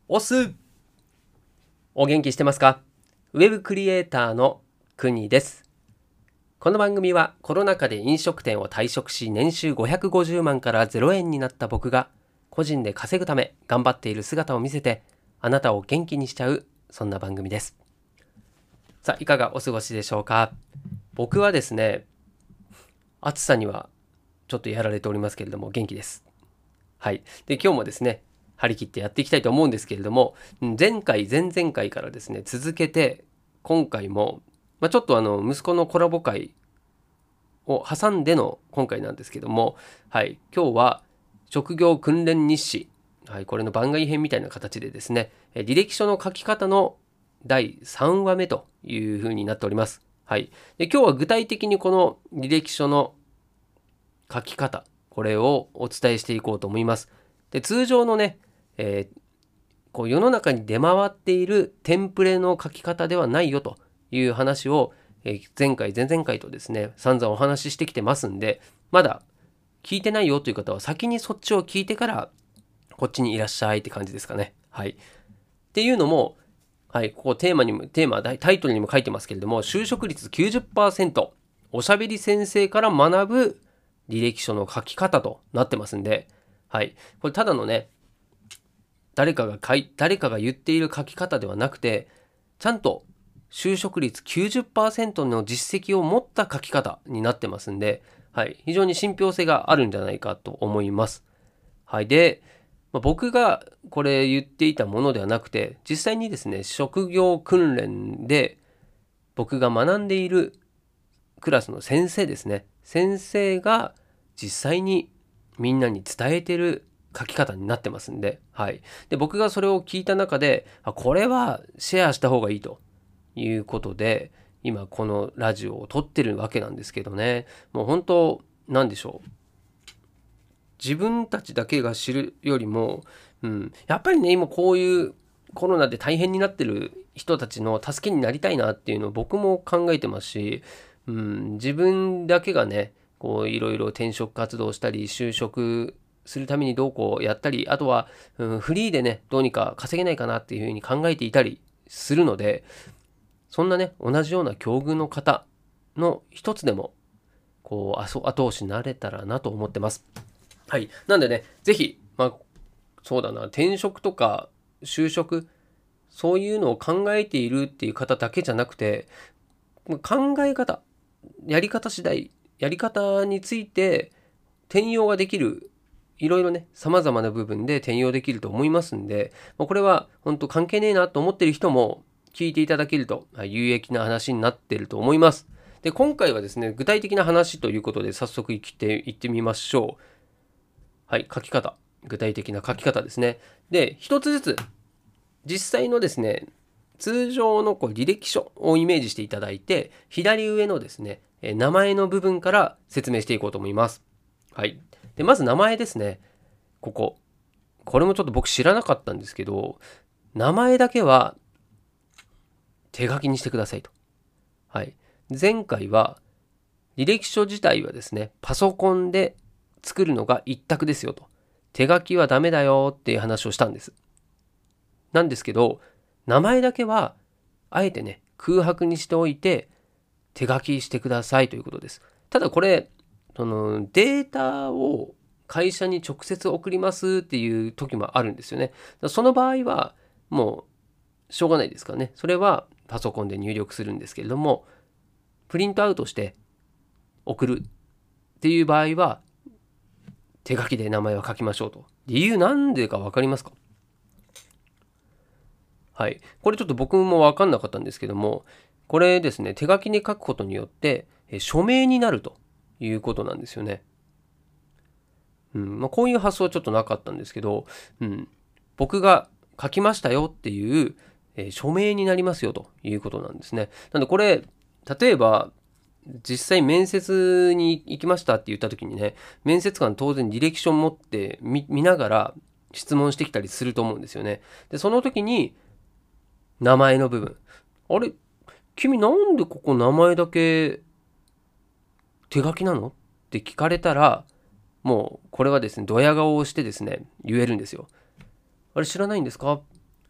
おす。お元気してますか？ウェブクリエイターのくにです。この番組はコロナ禍で飲食店を退職し年収550万から0円になった僕が個人で稼ぐため頑張っている姿を見せてあなたを元気にしちゃう、そんな番組です。さあ、いかがお過ごしでしょうか？僕はですね、暑さにはちょっとやられておりますけれども元気です。はい。で、今日もですね、張り切ってやっていきたいと思うんですけれども、前回、前々回からですね、続けて、今回も、ちょっと息子のコラボ会を挟んでの今回なんですけども、はい。今日は、職業訓練日誌、はい。これの番外編みたいな形でですね、履歴書の書き方の第3話目という風になっております。はい。で、今日は具体的にこの履歴書の書き方、これをお伝えしていこうと思います。で、通常のね、こう世の中に出回っているテンプレの書き方ではないよという話を、前回、前々回とですね、散々お話ししてきてますんで、まだ聞いてないよという方は先にそっちを聞いてから、こっちにいらっしゃいって感じですかね。はい。っていうのも、はい、ここテーマ、タイトルにも書いてますけれども、就職率90%、おしゃべり先生から学ぶ履歴書の書き方となってますんで、はい。これただのね、誰かが言っている書き方ではなくて、ちゃんと就職率90%の実績を持った書き方になってますんで、はい。非常に信憑性があるんじゃないかと思います。はい。で、僕がこれ言っていたものではなくて、実際にですね、職業訓練で僕が学んでいるクラスの先生ですね。先生が実際にみんなに伝えてる書き方になってますんで、はい。で、僕がそれを聞いた中で、これはシェアした方がいいということで、今このラジオを撮ってるわけなんですけどね。もう本当、なんでしょう。自分たちだけが知るよりも、やっぱりね、今こういうコロナで大変になってる人たちの助けになりたいなっていうのを僕も考えてますし、自分だけがね、こういろいろ転職活動したり、就職するためにどうこうやったり、あとは、フリーでね、どうにか稼げないかなっていうふうに考えていたりするので、そんなね、同じような境遇の方の一つでも、こう、後押しになれたらなと思ってます。はい。なんでね、ぜひ、そうだな、転職とか就職、そういうのを考えているっていう方だけじゃなくて、考え方、やり方次第、やり方について転用ができる、いろいろね、様々な部分で転用できると思いますんで、これは本当関係ねえなと思ってる人も聞いていただけると有益な話になっていると思います。で、今回はですね、具体的な話ということで早速いってみましょう。はい、書き方。具体的な書き方ですね。で、一つずつ、実際のですね、通常の履歴書をイメージしていただいて、左上のですね、名前の部分から説明していこうと思います。はい。で、まず名前ですね。ここ。これもちょっと僕知らなかったんですけど、名前だけは手書きにしてくださいと。はい。前回は、履歴書自体はですね、パソコンで作るのが一択ですよと。手書きはダメだよっていう話をしたんです。なんですけど、名前だけは、あえてね、空白にしておいて、手書きしてくださいということです。ただこれ、データを会社に直接送りますっていう時もあるんですよね。その場合は、もう、しょうがないですからね。それはパソコンで入力するんですけれども、プリントアウトして送るっていう場合は、手書きで名前は書きましょうと。理由なんでか分かりますか？はい。これちょっと僕も分かんなかったんですけども、これですね、手書きに書くことによって、署名になるということなんですよね。こういう発想はちょっとなかったんですけど、僕が書きましたよっていう、署名になりますよということなんですね。なのでこれ、例えば、実際面接に行きましたって言った時にね、面接官当然履歴書を持って見ながら質問してきたりすると思うんですよね。で、その時に名前の部分。あれ、君なんでここ名前だけ手書きなのって聞かれたら、もうこれはですね、ドヤ顔をしてですね、言えるんですよ。あれ知らないんですか？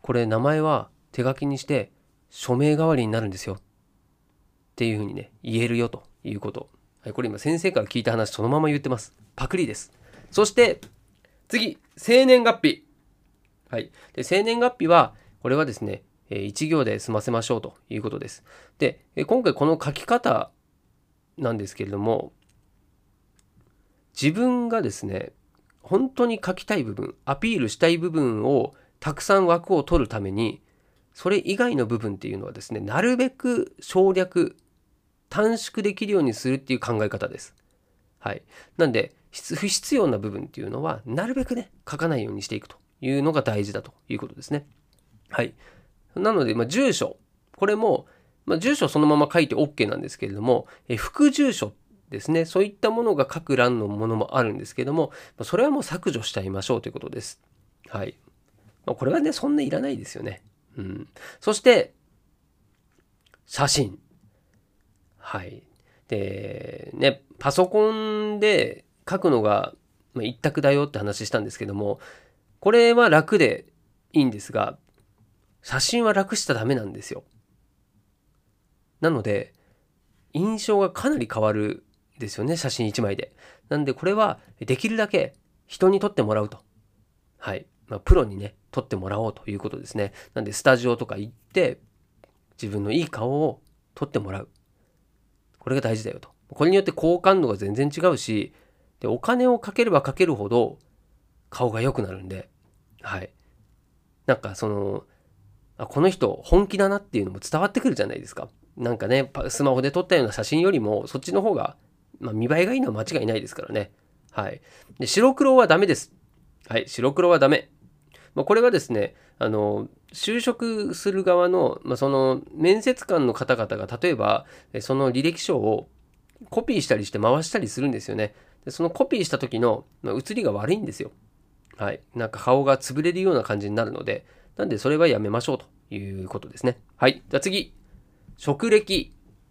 これ名前は手書きにして署名代わりになるんですよっていうふうにね、言えるよということ。はい、これ今先生から聞いた話そのまま言ってます。パクリです。そして次、生年月日。はい。で、生年月日は、これはですね、1行で済ませましょうということです。で、今回この書き方なんですけれども、自分がですね、本当に書きたい部分、アピールしたい部分をたくさん枠を取るために、それ以外の部分っていうのはですね、なるべく省略、短縮できるようにするっていう考え方です。はい。なんで、不必要な部分っていうのは、なるべくね、書かないようにしていくというのが大事だということですね。はい。なので、住所。これも、住所そのまま書いて OK なんですけれども、副住所ですね。そういったものが書く欄のものもあるんですけども、それはもう削除しちゃいましょうということです。はい。これはね、そんないらないですよね。うん。そして、写真。はい。で、ね、パソコンで書くのが一択だよって話したんですけども、これは楽でいいんですが、写真は楽したらダメなんですよ。なので、印象がかなり変わるんですよね、写真1枚で。なんで、これはできるだけ人に撮ってもらうと。はい。プロにね、撮ってもらおうということですね。なんで、スタジオとか行って、自分のいい顔を撮ってもらう。これが大事だよと。これによって好感度が全然違うし、で、お金をかければかけるほど顔が良くなるんで、はい。なんかこの人本気だなっていうのも伝わってくるじゃないですか。なんかね、スマホで撮ったような写真よりも、そっちの方が、見栄えがいいのは間違いないですからね。はい。で、白黒はダメです。はい、白黒はダメ。これはですね、就職する側の、その面接官の方々が例えば、その履歴書をコピーしたりして回したりするんですよね。でそのコピーした時の、写りが悪いんですよ。はい。なんか顔が潰れるような感じになるので、なんでそれはやめましょうということですね。はい。じゃあ次。職歴。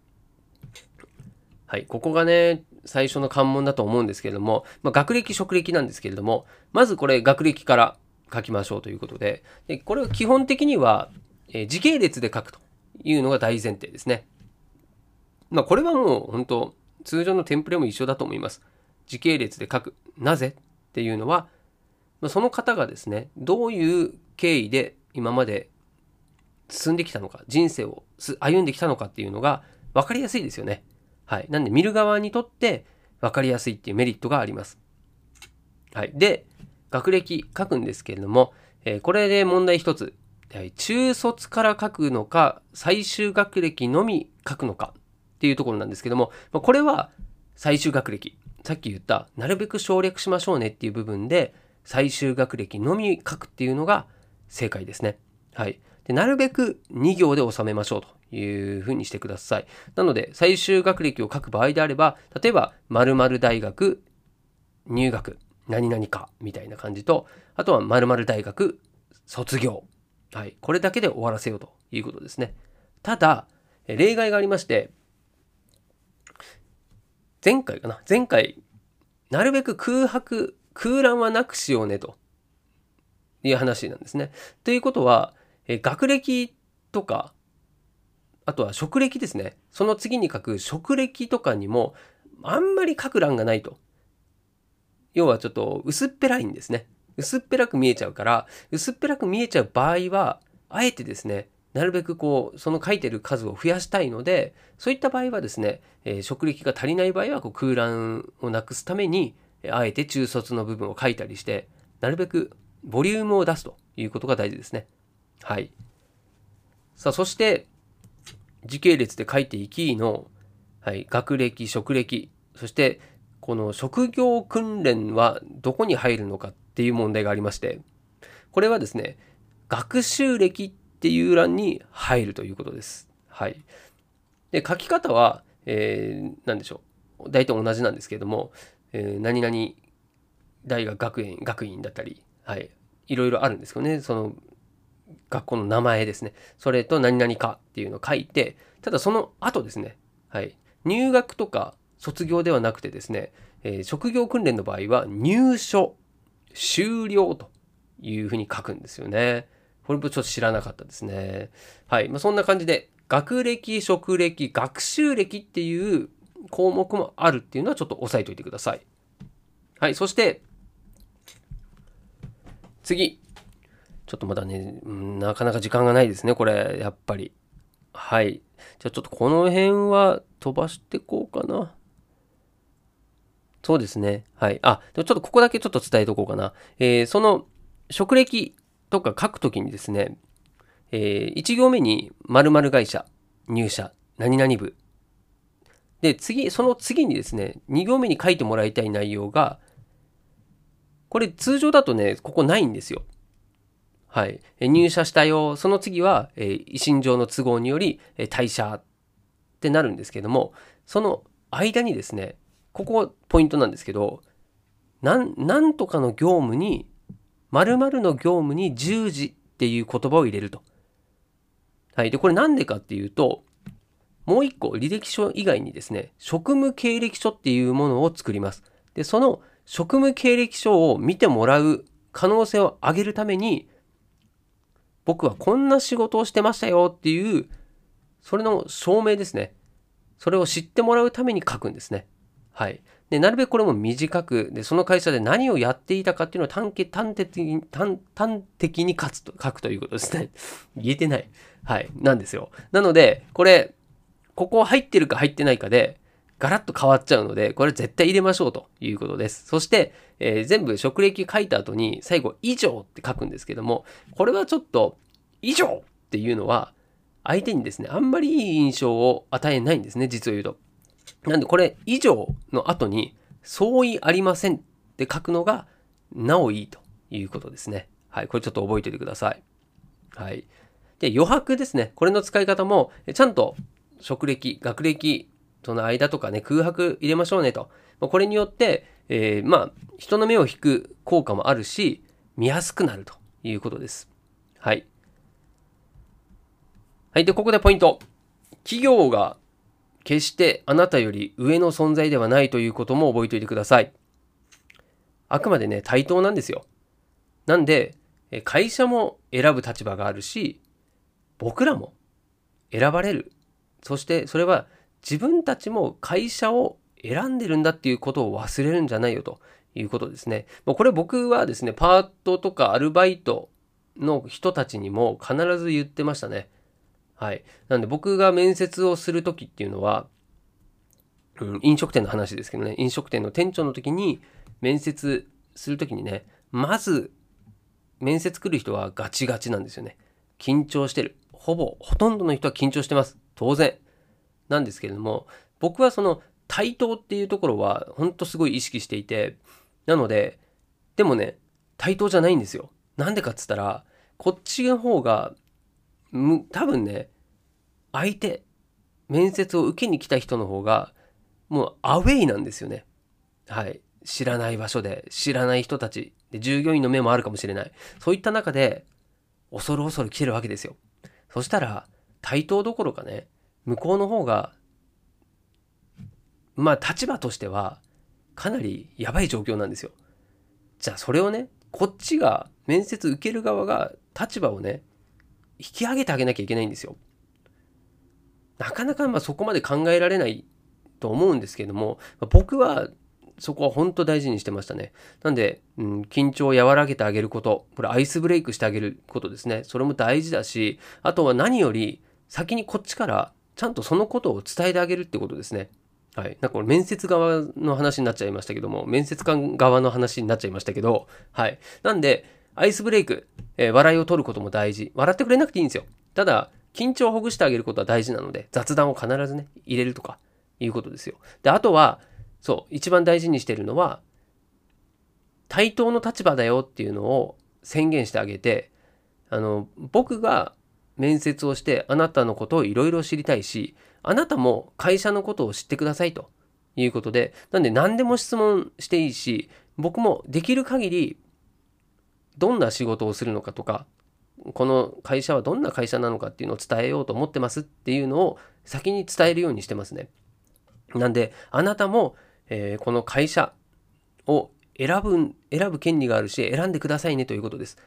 はい。ここがね、最初の関門だと思うんですけれども、学歴、職歴なんですけれども、まずこれ学歴から書きましょうということで、これを基本的には、時系列で書くというのが大前提ですね。これはもう本当、通常のテンプレも一緒だと思います。時系列で書く。なぜっていうのは、その方がですね、どういう経緯で今まで進んできたのか、人生を歩んできたのかっていうのが分かりやすいですよね。はい。なんで見る側にとって分かりやすいっていうメリットがあります。はい。で、学歴書くんですけれども、これで問題一つ。中卒から書くのか、最終学歴のみ書くのかっていうところなんですけども、これは最終学歴。さっき言った、なるべく省略しましょうねっていう部分で、最終学歴のみ書くっていうのが正解ですね。はい。で、なるべく2行で収めましょうというふうにしてください。なので、最終学歴を書く場合であれば、例えば、〇〇大学入学何々かみたいな感じと、あとは〇〇大学卒業。はい。これだけで終わらせようということですね。ただ、例外がありまして、前回、なるべく空欄はなくしようねという話なんですね。ということは、学歴とか、あとは職歴ですね。その次に書く職歴とかにも、あんまり書く欄がないと。要はちょっと薄っぺらいんですね。薄っぺらく見えちゃうから、薄っぺらく見えちゃう場合は、あえてですね、なるべくその書いてる数を増やしたいので、そういった場合はですね、職歴が足りない場合は空欄をなくすために、あえて中卒の部分を書いたりして、なるべくボリュームを出すということが大事ですね。はい。さあ、そして、時系列で書いていきの、はい、学歴、職歴、そして、この職業訓練はどこに入るのかっていう問題がありまして、これはですね、学習歴っていう欄に入るということです。はい。で、書き方は、何でしょう。大体同じなんですけれども、何々大学学院だったり、はい。いろいろあるんですよね。その学校の名前ですね。それと何々かっていうのを書いて、ただその後ですね、はい。入学とか卒業ではなくてですね、職業訓練の場合は入所、終了というふうに書くんですよね。 これもちょっと知らなかったですね。はい。そんな感じで、学歴、職歴、学習歴っていう項目もあるっていうのはちょっと押さえておいてください。はい。そして、次。ちょっとまだね、なかなか時間がないですね、これ、やっぱり。はい。じゃあちょっとこの辺は飛ばしていこうかな。そうですね。はい。でもちょっとここだけちょっと伝えておこうかな。その、職歴とか書くときにですね、1行目に〇〇会社、入社、何々部。で、その次にですね、2行目に書いてもらいたい内容が、これ通常だとね、ここないんですよ。はい。入社したよ。その次は、維新上の都合により、退社ってなるんですけども、その間にですね、ここポイントなんですけど、なんとかの業務に、〇〇の業務に従事っていう言葉を入れると。はい。で、これなんでかっていうと、もう一個履歴書以外にですね、職務経歴書っていうものを作ります。で、その職務経歴書を見てもらう可能性を上げるために、僕はこんな仕事をしてましたよっていう、それの証明ですね。それを知ってもらうために書くんですね。はい。で、なるべくこれも短く、で、その会社で何をやっていたかっていうのを端的に書くということですね。言えてない。はい。なんですよ。なので、ここ入ってるか入ってないかで、ガラッと変わっちゃうので、これ絶対入れましょうということです。そして、全部職歴書いた後に最後以上って書くんですけども、これはちょっと以上っていうのは相手にですね、あんまりいい印象を与えないんですね、実を言うと。なんでこれ以上の後に相違ありませんって書くのがなおいいということですね。はい、これちょっと覚えておいてください。はい。で、余白ですね。これの使い方もちゃんと職歴、学歴との間とかね、空白入れましょうねと。これによって、人の目を引く効果もあるし、見やすくなるということです。はい。はい。で、ここでポイント。企業が決してあなたより上の存在ではないということも覚えておいてください。あくまでね、対等なんですよ。なんで、会社も選ぶ立場があるし、僕らも選ばれる。そしてそれは自分たちも会社を選んでるんだっていうことを忘れるんじゃないよということですね。もうこれ僕はですね、パートとかアルバイトの人たちにも必ず言ってましたね。はい。なんで僕が面接をするときっていうのは、飲食店の話ですけどね、飲食店の店長の時に面接するときにね、まず面接来る人はガチガチなんですよね。緊張してる。ほとんどの人は緊張してます。当然。なんですけれども、僕はその対等っていうところはほんとすごい意識していて、なので、でもね、対等じゃないんですよ。なんでかっつったら、こっちの方が、多分ね、相手、面接を受けに来た人の方が、もうアウェイなんですよね。はい。知らない場所で、知らない人たち、で従業員の目もあるかもしれない。そういった中で、恐る恐る来てるわけですよ。そしたら、対等どころかね、向こうの方が、立場としては、かなりやばい状況なんですよ。じゃあそれをね、こっちが、面接受ける側が立場をね、引き上げてあげなきゃいけないんですよ。なかなかそこまで考えられないと思うんですけれども、僕はそこは本当大事にしてましたね。なんで、緊張を和らげてあげること、これアイスブレイクしてあげることですね。それも大事だし、あとは何より先にこっちからちゃんとそのことを伝えてあげるってことですね。はい。なんかこれ面接側の話になっちゃいましたけども、面接官側の話になっちゃいましたけど、はい。なんで、アイスブレイク、笑いを取ることも大事。笑ってくれなくていいんですよ。ただ、緊張をほぐしてあげることは大事なので、雑談を必ずね、入れるとか、いうことですよ。で、あとは、そう、一番大事にしてるのは、対等の立場だよっていうのを宣言してあげて、僕が面接をしてあなたのことをいろいろ知りたいし、あなたも会社のことを知ってくださいということで、なんで何でも質問していいし、僕もできる限りどんな仕事をするのかとか、この会社はどんな会社なのかっていうのを伝えようと思ってますっていうのを先に伝えるようにしてますね。なんで、あなたも、この会社を選ぶ権利があるし、選んでくださいねということです。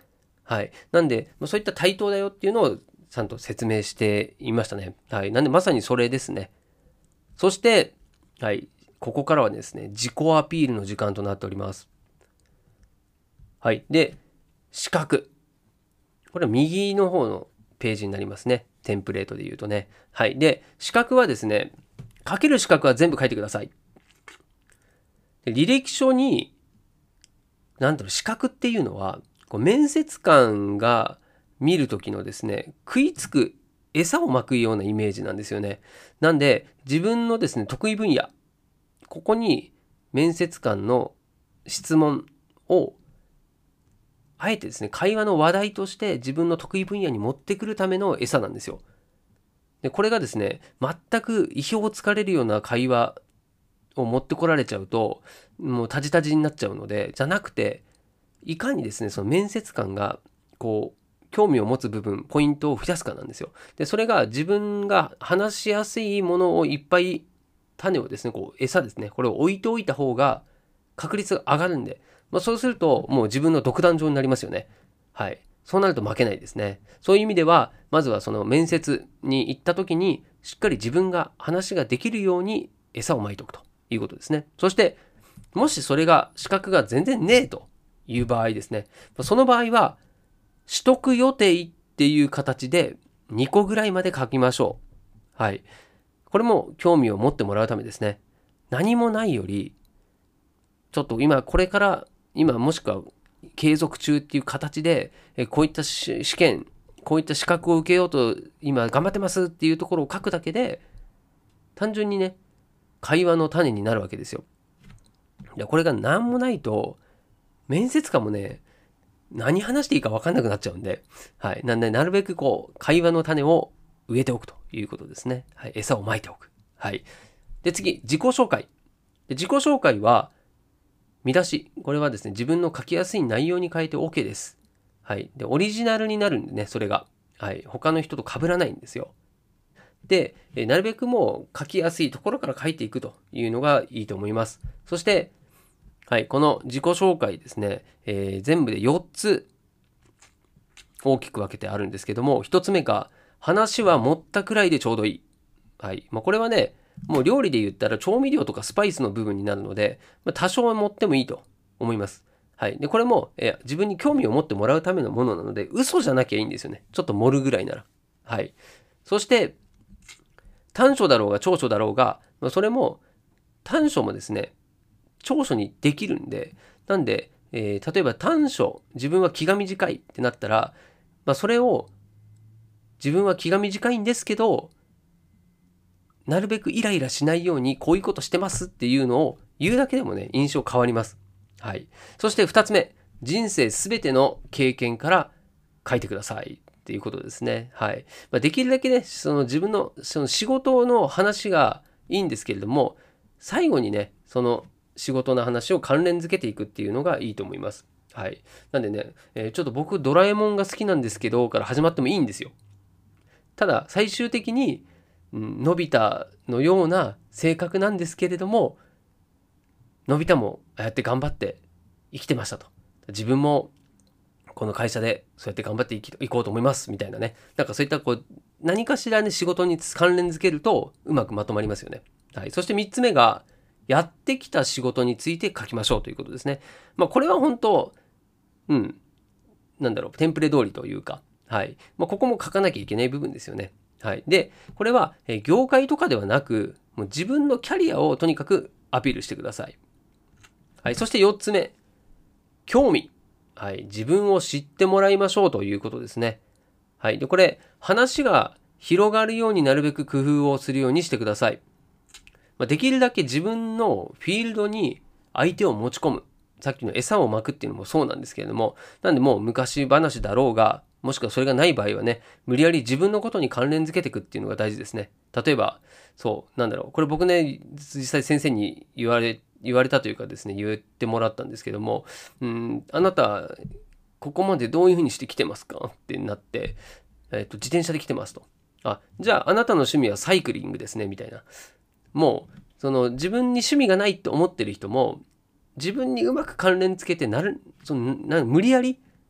はい。なんで、そういった対等だよっていうのをちゃんと説明していましたね。はい。なんでまさにそれですね。そして、はい。ここからはですね、自己アピールの時間となっております。はい。で、資格。これは右の方のページになりますね。テンプレートで言うとね。はい。で、資格はですね、書ける資格は全部書いてください。で履歴書に、なんだろう、資格っていうのは、面接官が見るときのですね、食いつく餌をまくようなイメージなんですよね。なんで、自分のですね、得意分野、ここに面接官の質問をあえてですね、会話の話題として自分の得意分野に持ってくるための餌なんですよ。で、これがですね、全く意表をつかれるような会話を持ってこられちゃうと、もうタジタジになっちゃうので、じゃなくて、いかにですね、その面接官が、興味を持つ部分、ポイントを増やすかなんですよ。で、それが自分が話しやすいものをいっぱい、種をですね、餌ですね、これを置いておいた方が確率が上がるんで、そうすると、もう自分の独壇場になりますよね。はい。そうなると負けないですね。そういう意味では、まずはその面接に行った時に、しっかり自分が話ができるように餌をまいておくということですね。そして、もしそれが資格が全然ねえという場合ですね。その場合は、取得予定っていう形で2個ぐらいまで書きましょう。はい。これも興味を持ってもらうためですね。何もないより、ちょっと今これから今もしくは継続中っていう形でこういった試験こういった資格を受けようと今頑張ってますっていうところを書くだけで単純にね会話の種になるわけですよ。いやこれが何もないと面接官もね何話していいか分かんなくなっちゃうんで、はい、なんでなるべく会話の種を植えておくということですね。はい、餌をまいておく。はい。で次自己紹介。で自己紹介は見出し。これはですね、自分の書きやすい内容に変えて OK です。はい。で、オリジナルになるんでね、それが。はい。他の人と被らないんですよ。で、なるべくもう書きやすいところから書いていくというのがいいと思います。そして、はい、この自己紹介ですね、全部で4つ大きく分けてあるんですけども、1つ目が、話は持ったくらいでちょうどいい。はい。これはね、もう料理で言ったら調味料とかスパイスの部分になるので、多少は持ってもいいと思います。はい。で、これも、自分に興味を持ってもらうためのものなので、嘘じゃなきゃいいんですよね。ちょっと盛るぐらいなら。はい。そして、短所だろうが長所だろうが、それも、短所もですね、長所にできるんで、なんで、例えば短所、自分は気が短いってなったら、それを自分は気が短いんですけど、なるべくイライラしないようにこういうことしてますっていうのを言うだけでもね、印象変わります。はい。そして2つ目、人生すべての経験から書いてくださいっていうことですね。はい。できるだけね、その自分のその仕事の話がいいんですけれども、最後にね、その仕事の話を関連づけていくっていうのがいいと思います。はい。なんでね、ちょっと僕ドラえもんが好きなんですけどから始まってもいいんですよ。ただ最終的にのび太のような性格なんですけれども、のび太もああやって頑張って生きてましたと。自分もこの会社でそうやって頑張っていこうと思いますみたいなね。なんかそういった何かしらね仕事に関連づけるとうまくまとまりますよね。はい。そして3つ目がやってきた仕事について書きましょうということですね。これは本当、なんだろう、テンプレ通りというか、はい。ここも書かなきゃいけない部分ですよね。はい。で、これは、業界とかではなく、もう自分のキャリアをとにかくアピールしてください。はい。そして4つ目、興味。はい。自分を知ってもらいましょうということですね。はい。で、これ、話が広がるようになるべく工夫をするようにしてください。できるだけ自分のフィールドに相手を持ち込む。さっきの餌をまくっていうのもそうなんですけれども、なんでもう昔話だろうが、もしくはそれがない場合はね、無理やり自分のことに関連づけていくっていうのが大事ですね。例えば、なんだろう、これ僕ね、実際先生に言われたというかですね、言ってもらったんですけども、あなた、ここまでどういうふうにして来てますかってなって、自転車で来てますと。じゃああなたの趣味はサイクリングですね、みたいな。もう、その自分に趣味がないって思ってる人も、自分にうまく関連つけて無理やり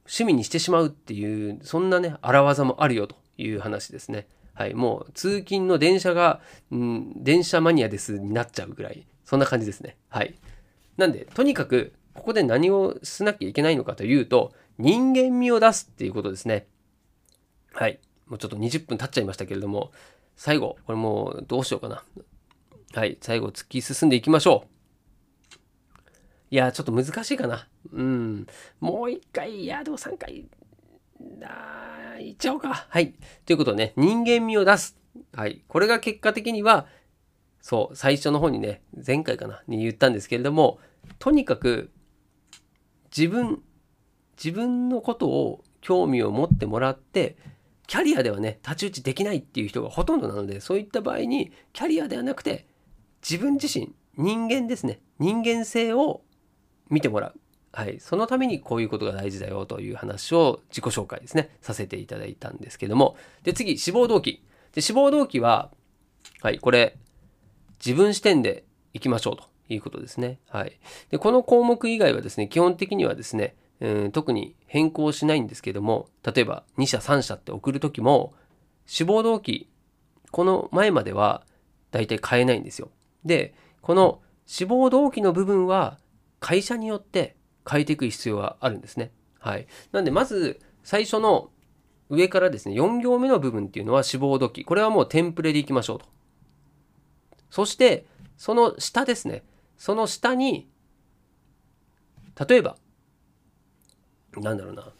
趣味にしてしまうっていう、そんなね、荒技もあるよという話ですね。はい。もう通勤の電車が、電車マニアですになっちゃうぐらい、そんな感じですね。はい。なんで、とにかく、ここで何をしなきゃいけないのかというと、人間味を出すっていうことですね。はい。もうちょっと20分経っちゃいましたけれども、最後、これもうどうしようかな。はい。最後、突き進んでいきましょう。いや、ちょっと難しいかな。もう一回、いや、でも3回、いっちゃおうか。はい。ということでね、人間味を出す。はい。これが結果的には、そう、最初の方にね、前回かな、に言ったんですけれども、とにかく、自分のことを興味を持ってもらって、キャリアではね、太刀打ちできないっていう人がほとんどなので、そういった場合に、キャリアではなくて、自分自身、人間ですね。人間性を見てもらう。はい。そのためにこういうことが大事だよという話を自己紹介ですね。させていただいたんですけども。で、次、志望動機。で、志望動機は、はい、これ、自分視点でいきましょうということですね。はい。で、この項目以外はですね、基本的にはですね、特に変更しないんですけども、例えば2社3社って送るときも、志望動機、この前まではだいたい変えないんですよ。で、この志望動機の部分は会社によって変えていく必要があるんですね。はい。なんで、まず最初の上からですね、4行目の部分っていうのは志望動機。これはもうテンプレでいきましょうと。そして、その下ですね。その下に、例えば、なんだろうな。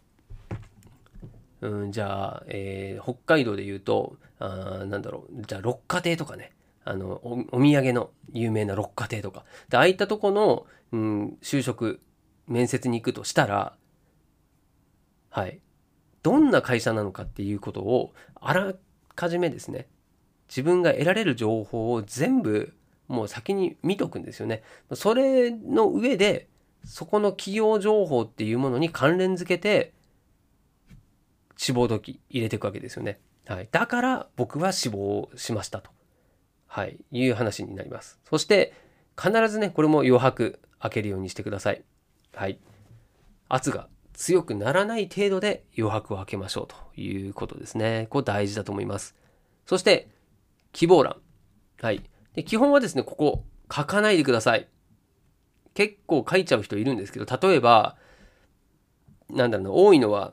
じゃあ、北海道で言うと、なんだろう。じゃあ、六花亭とかね。お土産の有名な六花亭とか。で、ああいったとこの、就職、面接に行くとしたら、はい。どんな会社なのかっていうことを、あらかじめですね、自分が得られる情報を全部もう先に見とくんですよね。それの上でそこの企業情報っていうものに関連付けて志望動機入れていくわけですよね。はい。だから僕は志望しましたと、はい、いう話になります。そして必ずね、これも余白開けるようにしてください。はい。圧が強くならない程度で余白を開けましょうということですね。これ大事だと思います。そして希望欄。はい。で、基本はですね、ここ書かないでください。結構書いちゃう人いるんですけど、例えば、なんだろうな、多いのは、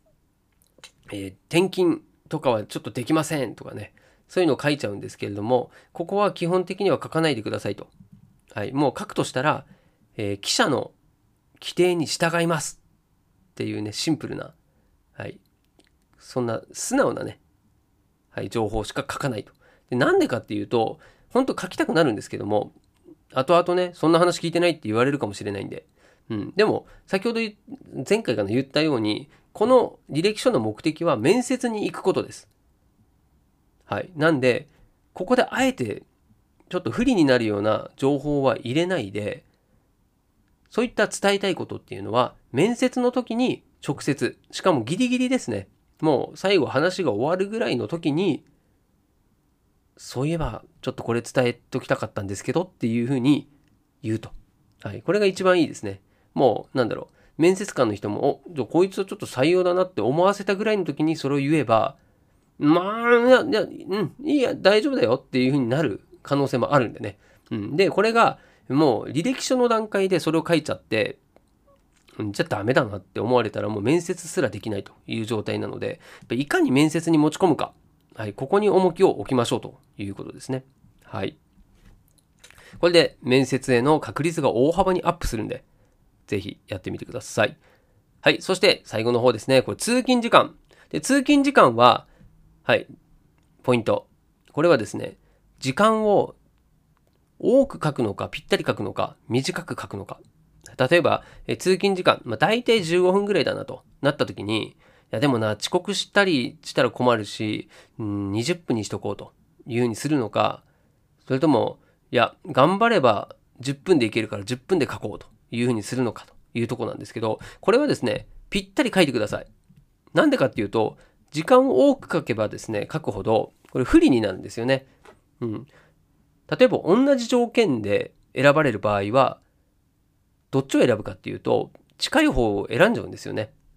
転勤とかはちょっとできませんとかね、そういうのを書いちゃうんですけれども、ここは基本的には書かないでくださいと。はい。もう書くとしたら、記者の規定に従いますっていうね、シンプルな、はい。そんな素直なね、はい、情報しか書かないと。で、なんでかっていうと、本当書きたくなるんですけども、後々ね、そんな話聞いてないって言われるかもしれないんで。でも、先ほど前回から言ったように、この履歴書の目的は面接に行くことです。はい。なんで、ここであえて、ちょっと不利になるような情報は入れないで、そういった伝えたいことっていうのは、面接の時に直接、しかもギリギリですね。もう最後話が終わるぐらいの時に、そういえばちょっとこれ伝えときたかったんですけどっていうふうに言うと。はい。これが一番いいですね。もう、なんだろう。面接官の人も、じゃあこいつはちょっと採用だなって思わせたぐらいの時にそれを言えば、まあ、いや、大丈夫だよっていうふうになる可能性もあるんでね。で、これが、もう履歴書の段階でそれを書いちゃって、じゃあダメだなって思われたらもう面接すらできないという状態なので、いかに面接に持ち込むか。はい、ここに重きを置きましょうということですね。はい。これで面接への確率が大幅にアップするんで、ぜひやってみてください。はい。そして最後の方ですね。これ通勤時間。で、通勤時間は、はい、ポイント。これはですね、時間を多く書くのか、ぴったり書くのか、短く書くのか。例えば、通勤時間、大体15分ぐらいだなとなった時に、いやでもな、遅刻したりしたら困るし、20分にしとこうというふうにするのか、それとも、いや、頑張れば10分でいけるから10分で書こうというふうにするのかというところなんですけど、これはですね、ぴったり書いてください。なんでかっていうと、時間を多く書けばですね、書くほど、これ不利になるんですよね。例えば同じ条件で選ばれる場合は、どっちを選ぶかっていうと、近い方を選んじゃうんですよね。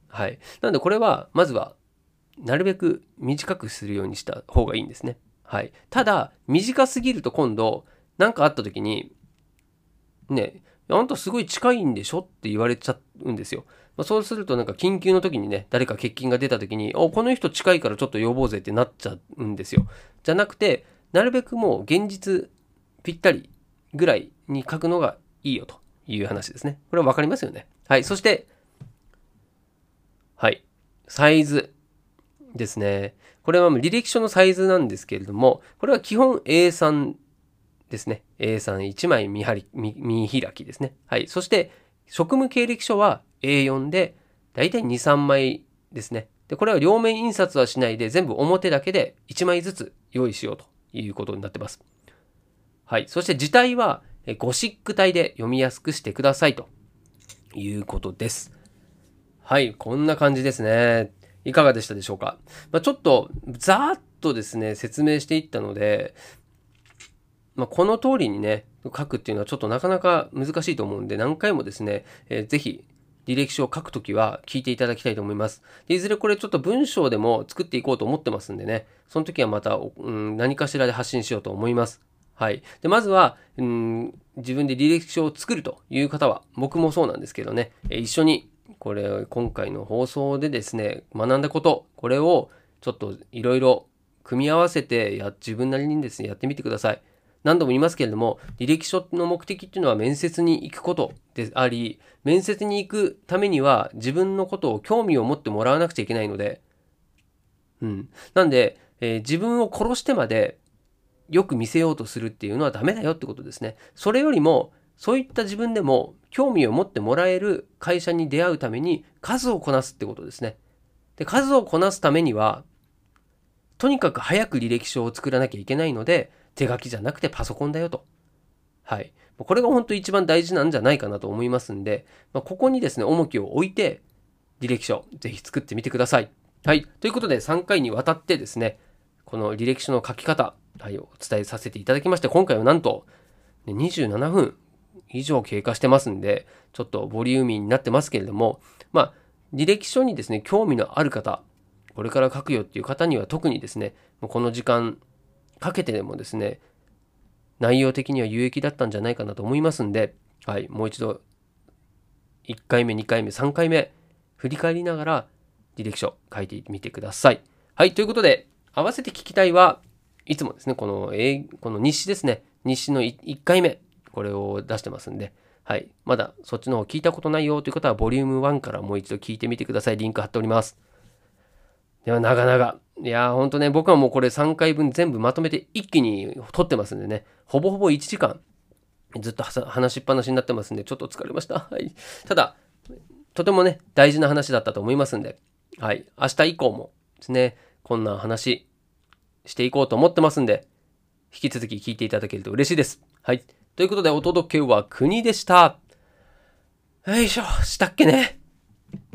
はい。なのでこれは、まずは、なるべく短くするようにした方がいいんですね。はい。ただ、短すぎると今度、何かあった時に、ね、あんたすごい近いんでしょって言われちゃうんですよ。そうするとなんか緊急の時にね、誰か欠勤が出た時に、この人近いからちょっと呼ぼうぜってなっちゃうんですよ。じゃなくて、なるべくもう現実ぴったりぐらいに書くのがいいよという話ですね。これはわかりますよね。はい。そして、はい。サイズですね。これは履歴書のサイズなんですけれども、これは基本 A3 ですね。A31 枚見開きですね。はい。そして、職務経歴書は A4 で、だいたい2、3枚ですね。で、これは両面印刷はしないで、全部表だけで1枚ずつ用意しようということになってます。はい。そして字体はゴシック体で読みやすくしてくださいということです。はい。こんな感じですね。いかがでしたでしょうか。ちょっとざーっとですね、説明していったので、この通りにね、書くっていうのはちょっとなかなか難しいと思うんで、何回もですね、ぜひ履歴書を書くときは聞いていただきたいと思います。でいずれこれちょっと文章でも作っていこうと思ってますんでね、その時はまた、何かしらで発信しようと思います。はい。で、まずは、自分で履歴書を作るという方は、僕もそうなんですけどね、一緒にこれ、今回の放送でですね、学んだこと、これをちょっといろいろ組み合わせて自分なりにですね、やってみてください。何度も言いますけれども、履歴書の目的っていうのは面接に行くことであり、面接に行くためには自分のことを興味を持ってもらわなくちゃいけないので、なんで、自分を殺してまでよく見せようとするっていうのはダメだよってことですね。それよりも、そういった自分でも興味を持ってもらえる会社に出会うために数をこなすってことですね。で、数をこなすためには、とにかく早く履歴書を作らなきゃいけないので、手書きじゃなくてパソコンだよと。はい。これが本当一番大事なんじゃないかなと思いますんで、ここにですね、重きを置いて、履歴書、ぜひ作ってみてください。はい。ということで、3回にわたってですね、この履歴書の書き方、はい、お伝えさせていただきまして、今回はなんと、27分以上経過してますんで、ちょっとボリューミーになってますけれども、履歴書にですね、興味のある方、これから書くよっていう方には特にですね、この時間かけてでもですね、内容的には有益だったんじゃないかなと思いますんで、はい、もう一度、1回目、2回目、3回目、振り返りながら履歴書書いてみてください。はい、ということで、合わせて聞きたいはいつもですね、この日誌ですね、日誌の1回目、これを出してますんで、はい、まだそっちの方聞いたことないよという方は、ボリューム1からもう一度聞いてみてください。リンク貼っております。では、長々。いやー、ほんとね、僕はもうこれ3回分全部まとめて一気に撮ってますんでね、ほぼほぼ1時間、ずっと話しっぱなしになってますんで、ちょっと疲れました。はい。ただ、とてもね、大事な話だったと思いますんで、はい。明日以降もですね、こんな話していこうと思ってますんで、引き続き聞いていただけると嬉しいです。はい。ということで、お届けは国でした。よいしょ、したっけね。